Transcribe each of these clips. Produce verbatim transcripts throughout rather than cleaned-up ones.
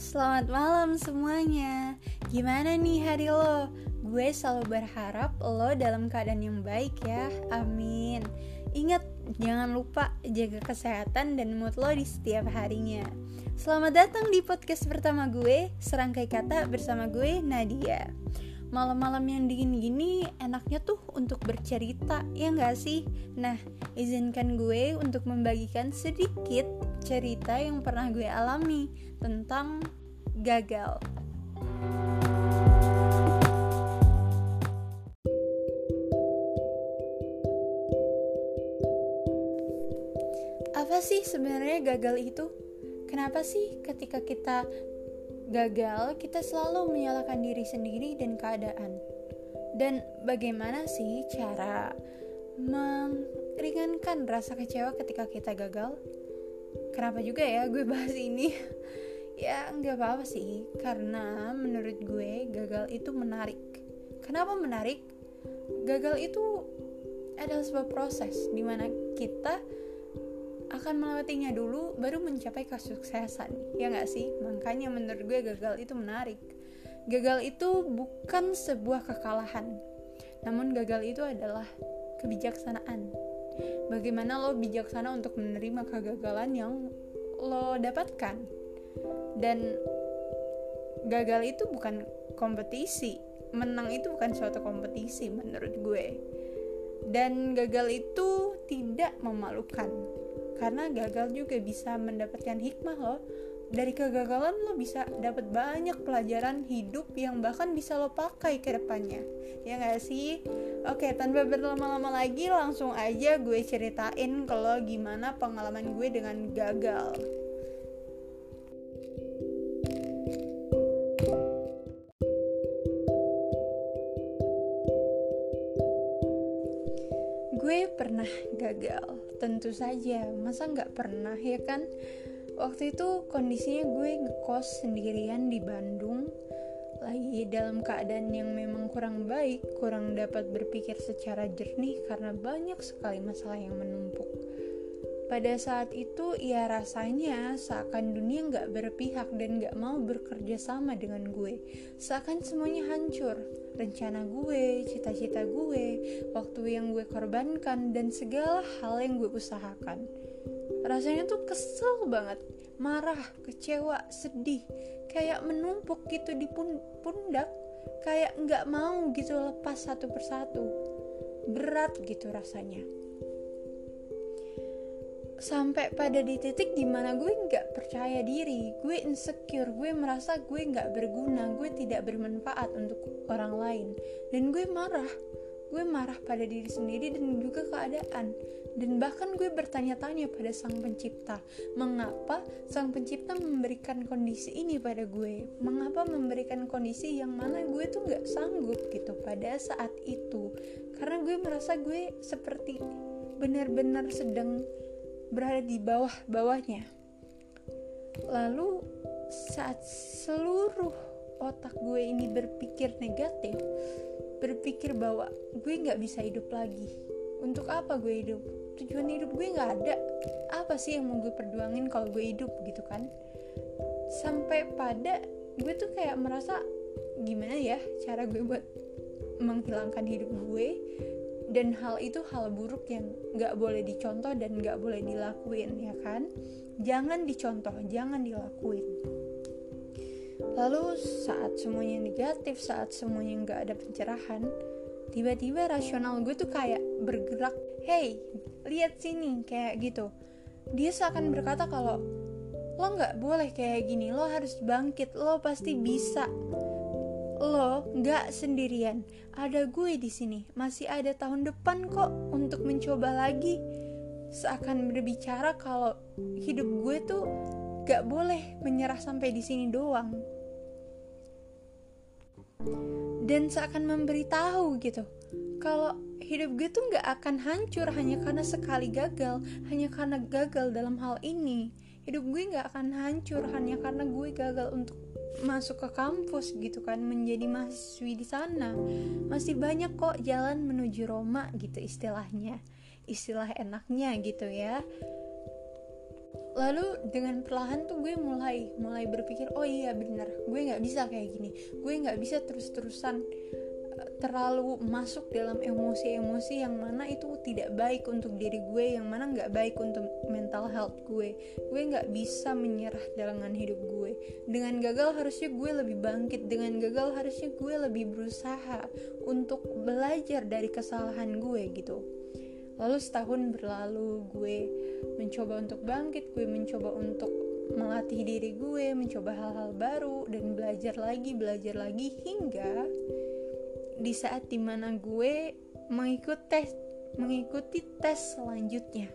Selamat malam semuanya. Gimana nih hari lo? Gue selalu berharap lo dalam keadaan yang baik ya. Amin. Ingat, jangan lupa jaga kesehatan dan mood lo di setiap harinya. Selamat datang di podcast pertama gue, Serangkai Kata bersama gue, Nadia. Malam-malam yang dingin gini enaknya tuh untuk bercerita, ya gak sih? Nah, izinkan gue untuk membagikan sedikit cerita yang pernah gue alami tentang gagal. Apa sih sebenarnya gagal itu? Kenapa sih ketika kita gagal, kita selalu menyalahkan diri sendiri dan keadaan? Dan bagaimana sih cara meringankan rasa kecewa ketika kita gagal? Kenapa juga ya gue bahas ini? Ya gak apa-apa sih, karena menurut gue gagal itu menarik. Kenapa menarik? Gagal itu adalah sebuah proses dimana kita akan melewatinya dulu baru mencapai kesuksesan, ya gak sih? Makanya menurut gue gagal itu menarik. Gagal itu bukan sebuah kekalahan, namun gagal itu adalah kebijaksanaan. Bagaimana lo bijaksana untuk menerima kegagalan yang lo dapatkan. Dan gagal itu bukan kompetisi, menang itu bukan suatu kompetisi menurut gue. Dan gagal itu tidak memalukan, karena gagal juga bisa mendapatkan hikmah loh. Dari kegagalan lo bisa dapat banyak pelajaran hidup yang bahkan bisa lo pakai ke depannya. Ya gak sih? Oke, tanpa berlama-lama lagi langsung aja gue ceritain kalau gimana pengalaman gue dengan gagal. Gue pernah gagal, tentu saja, masa gak pernah ya kan? Waktu itu kondisinya gue ngekos sendirian di Bandung, lagi dalam keadaan yang memang kurang baik, kurang dapat berpikir secara jernih karena banyak sekali masalah yang menumpuk. Pada saat itu ya rasanya seakan dunia gak berpihak dan gak mau bekerja sama dengan gue. Seakan semuanya hancur, rencana gue, cita-cita gue, waktu yang gue korbankan, dan segala hal yang gue usahakan. Rasanya tuh kesel banget, marah, kecewa, sedih, kayak menumpuk gitu di pundak, kayak gak mau gitu lepas satu persatu, berat gitu rasanya. Sampai pada di titik dimana gue gak percaya diri, gue insecure, gue merasa gue gak berguna, gue tidak bermanfaat untuk orang lain. Dan gue marah, gue marah pada diri sendiri dan juga keadaan. Dan bahkan gue bertanya-tanya pada Sang Pencipta, mengapa Sang Pencipta memberikan kondisi ini pada gue? Mengapa memberikan kondisi yang mana gue tuh gak sanggup gitu pada saat itu? Karena gue merasa gue seperti benar-benar sedang berada di bawah-bawahnya. Lalu saat seluruh otak gue ini berpikir negatif, berpikir bahwa gue gak bisa hidup lagi. Untuk apa gue hidup? Tujuan hidup gue gak ada. Apa sih yang mau gue perjuangin kalau gue hidup gitu kan? Sampai pada gue tuh kayak merasa gimana ya cara gue buat menghilangkan hidup gue. Dan hal itu hal buruk yang gak boleh dicontoh dan gak boleh dilakuin, ya kan? Jangan dicontoh, jangan dilakuin. Lalu saat semuanya negatif, saat semuanya gak ada pencerahan, tiba-tiba rasional gue tuh kayak bergerak. Hey, lihat sini, kayak gitu. Dia seakan berkata kalau lo gak boleh kayak gini, lo harus bangkit, lo pasti bisa. Lo gak sendirian, ada gue di sini, masih ada tahun depan kok untuk mencoba lagi. Seakan berbicara kalau hidup gue tuh gak boleh menyerah sampai di sini doang. Dan seakan memberitahu gitu kalau hidup gue tuh gak akan hancur hanya karena sekali gagal, hanya karena gagal dalam hal ini. Hidup gue gak akan hancur hanya karena gue gagal untuk masuk ke kampus gitu kan, menjadi mahasiswi di sana. Masih banyak kok jalan menuju Roma gitu istilahnya, istilah enaknya gitu ya. lalu dengan perlahan tuh gue mulai mulai berpikir, oh iya benar, gue nggak bisa kayak gini, gue nggak bisa terus-terusan terlalu masuk dalam emosi-emosi yang mana itu tidak baik untuk diri gue, yang mana nggak baik untuk mental health gue. Gue nggak bisa menyerah dengan hidup gue. Dengan gagal harusnya gue lebih bangkit. Dengan gagal harusnya gue lebih berusaha untuk belajar dari kesalahan gue gitu. Lalu setahun berlalu, gue mencoba untuk bangkit, gue mencoba untuk melatih diri gue, mencoba hal-hal baru dan belajar lagi, belajar lagi hingga di saat dimana gue mengikuti tes, mengikuti tes selanjutnya,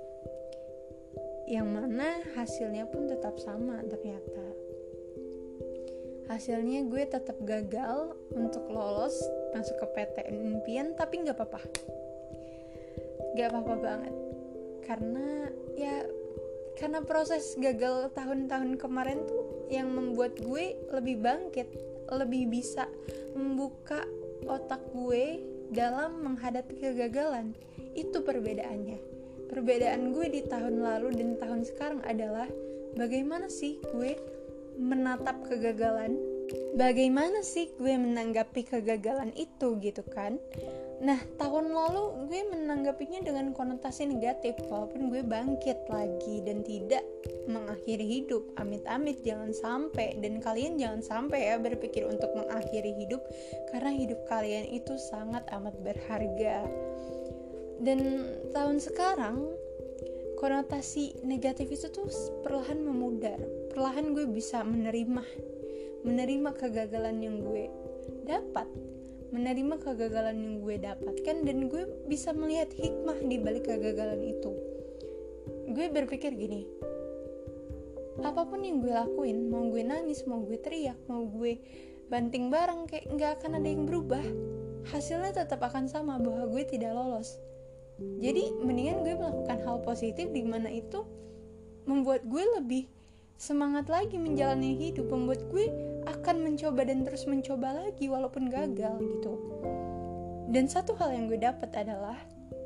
yang mana hasilnya pun tetap sama ternyata. Hasilnya gue tetap gagal untuk lolos masuk ke P T N impian, tapi nggak apa-apa, nggak apa-apa banget, karena ya karena proses gagal tahun-tahun kemarin tuh yang membuat gue lebih bangkit, lebih bisa membuka otak gue dalam menghadapi kegagalan. Itu perbedaannya. Perbedaan gue di tahun lalu dan tahun sekarang adalah bagaimana sih gue menatap kegagalan, bagaimana sih gue menanggapi kegagalan itu gitu kan. Nah, tahun lalu gue menanggapinya dengan konotasi negatif, walaupun gue bangkit lagi dan tidak mengakhiri hidup. Amit-amit jangan sampai, dan kalian jangan sampai ya berpikir untuk mengakhiri hidup, karena hidup kalian itu sangat amat berharga. Dan tahun sekarang konotasi negatif itu tuh perlahan memudar. Perlahan gue bisa menerima menerima kegagalan yang gue dapat, menerima kegagalan yang gue dapatkan, dan gue bisa melihat hikmah di balik kegagalan itu. Gue berpikir gini, apapun yang gue lakuin, mau gue nangis, mau gue teriak, mau gue banting bareng, kayak gak akan ada yang berubah. Hasilnya tetap akan sama, bahwa gue tidak lolos. Jadi mendingan gue melakukan hal positif di mana itu membuat gue lebih semangat lagi menjalani hidup, membuat gue akan mencoba dan terus mencoba lagi walaupun gagal gitu. Dan satu hal yang gue dapat adalah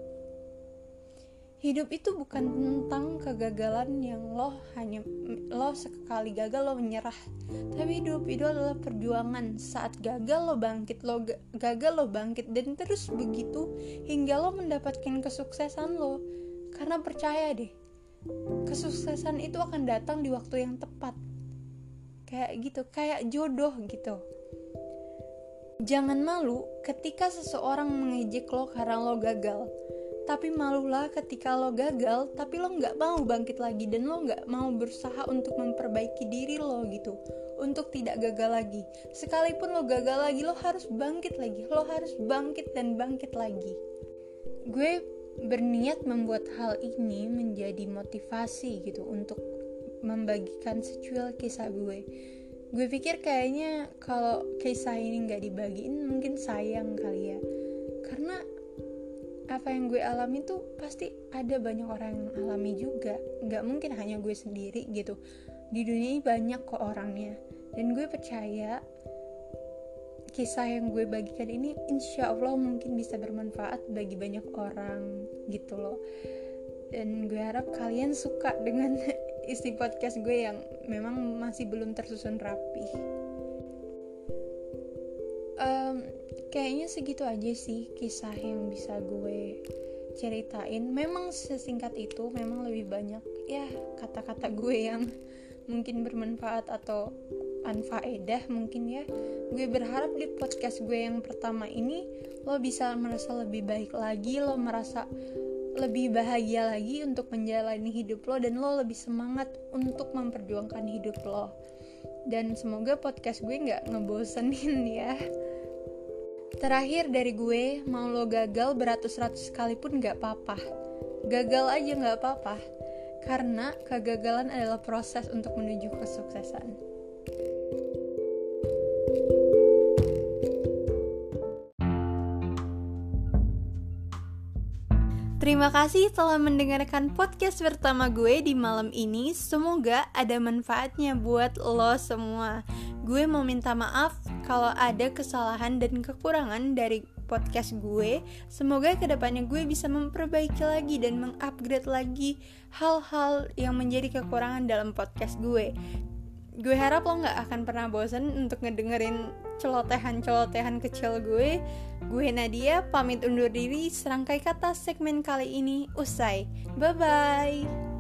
hidup itu bukan tentang kegagalan yang lo hanya lo sekali gagal lo menyerah, tapi hidup itu adalah perjuangan. Saat gagal lo bangkit, lo ga- gagal lo bangkit, dan terus begitu hingga lo mendapatkan kesuksesan lo. Karena percaya deh, kesuksesan itu akan datang di waktu yang tepat. Kayak gitu, kayak jodoh gitu. Jangan malu ketika seseorang mengejek lo karena lo gagal, tapi malulah ketika lo gagal tapi lo gak mau bangkit lagi, dan lo gak mau berusaha untuk memperbaiki diri lo gitu, untuk tidak gagal lagi. Sekalipun lo gagal lagi, lo harus bangkit lagi, lo harus bangkit dan bangkit lagi. Gue berniat membuat hal ini menjadi motivasi gitu, untuk membagikan secuil kisah gue. Gue pikir kayaknya kalau kisah ini gak dibagiin mungkin sayang kali ya, karena apa yang gue alami tuh pasti ada banyak orang yang alami juga, gak mungkin hanya gue sendiri gitu. Di dunia ini banyak kok orangnya, dan gue percaya kisah yang gue bagikan ini insya Allah mungkin bisa bermanfaat bagi banyak orang gitu loh. Dan gue harap kalian suka dengan isi podcast gue yang memang masih belum tersusun rapi. um, Kayaknya segitu aja sih kisah yang bisa gue ceritain. Memang sesingkat itu, memang lebih banyak ya kata-kata gue yang mungkin bermanfaat atau anfaedah mungkin ya. Gue berharap di podcast gue yang pertama ini lo bisa merasa lebih baik lagi, lo merasa lebih bahagia lagi untuk menjalani hidup lo, dan lo lebih semangat untuk memperjuangkan hidup lo. Dan semoga podcast gue gak ngebosenin ya. Terakhir dari gue, mau lo gagal beratus-ratus kali pun gak apa-apa. Gagal aja gak apa-apa, karena kegagalan adalah proses untuk menuju kesuksesan. Terima kasih telah mendengarkan podcast pertama gue di malam ini. Semoga ada manfaatnya buat lo semua. Gue mau minta maaf kalau ada kesalahan dan kekurangan dari podcast gue. Semoga kedepannya gue bisa memperbaiki lagi dan mengupgrade lagi hal-hal yang menjadi kekurangan dalam podcast gue. Gue harap lo gak akan pernah bosan untuk ngedengerin celotehan-celotehan kecil gue. Gue Nadia, pamit undur diri. Serangkai kata segmen kali ini usai. Bye-bye.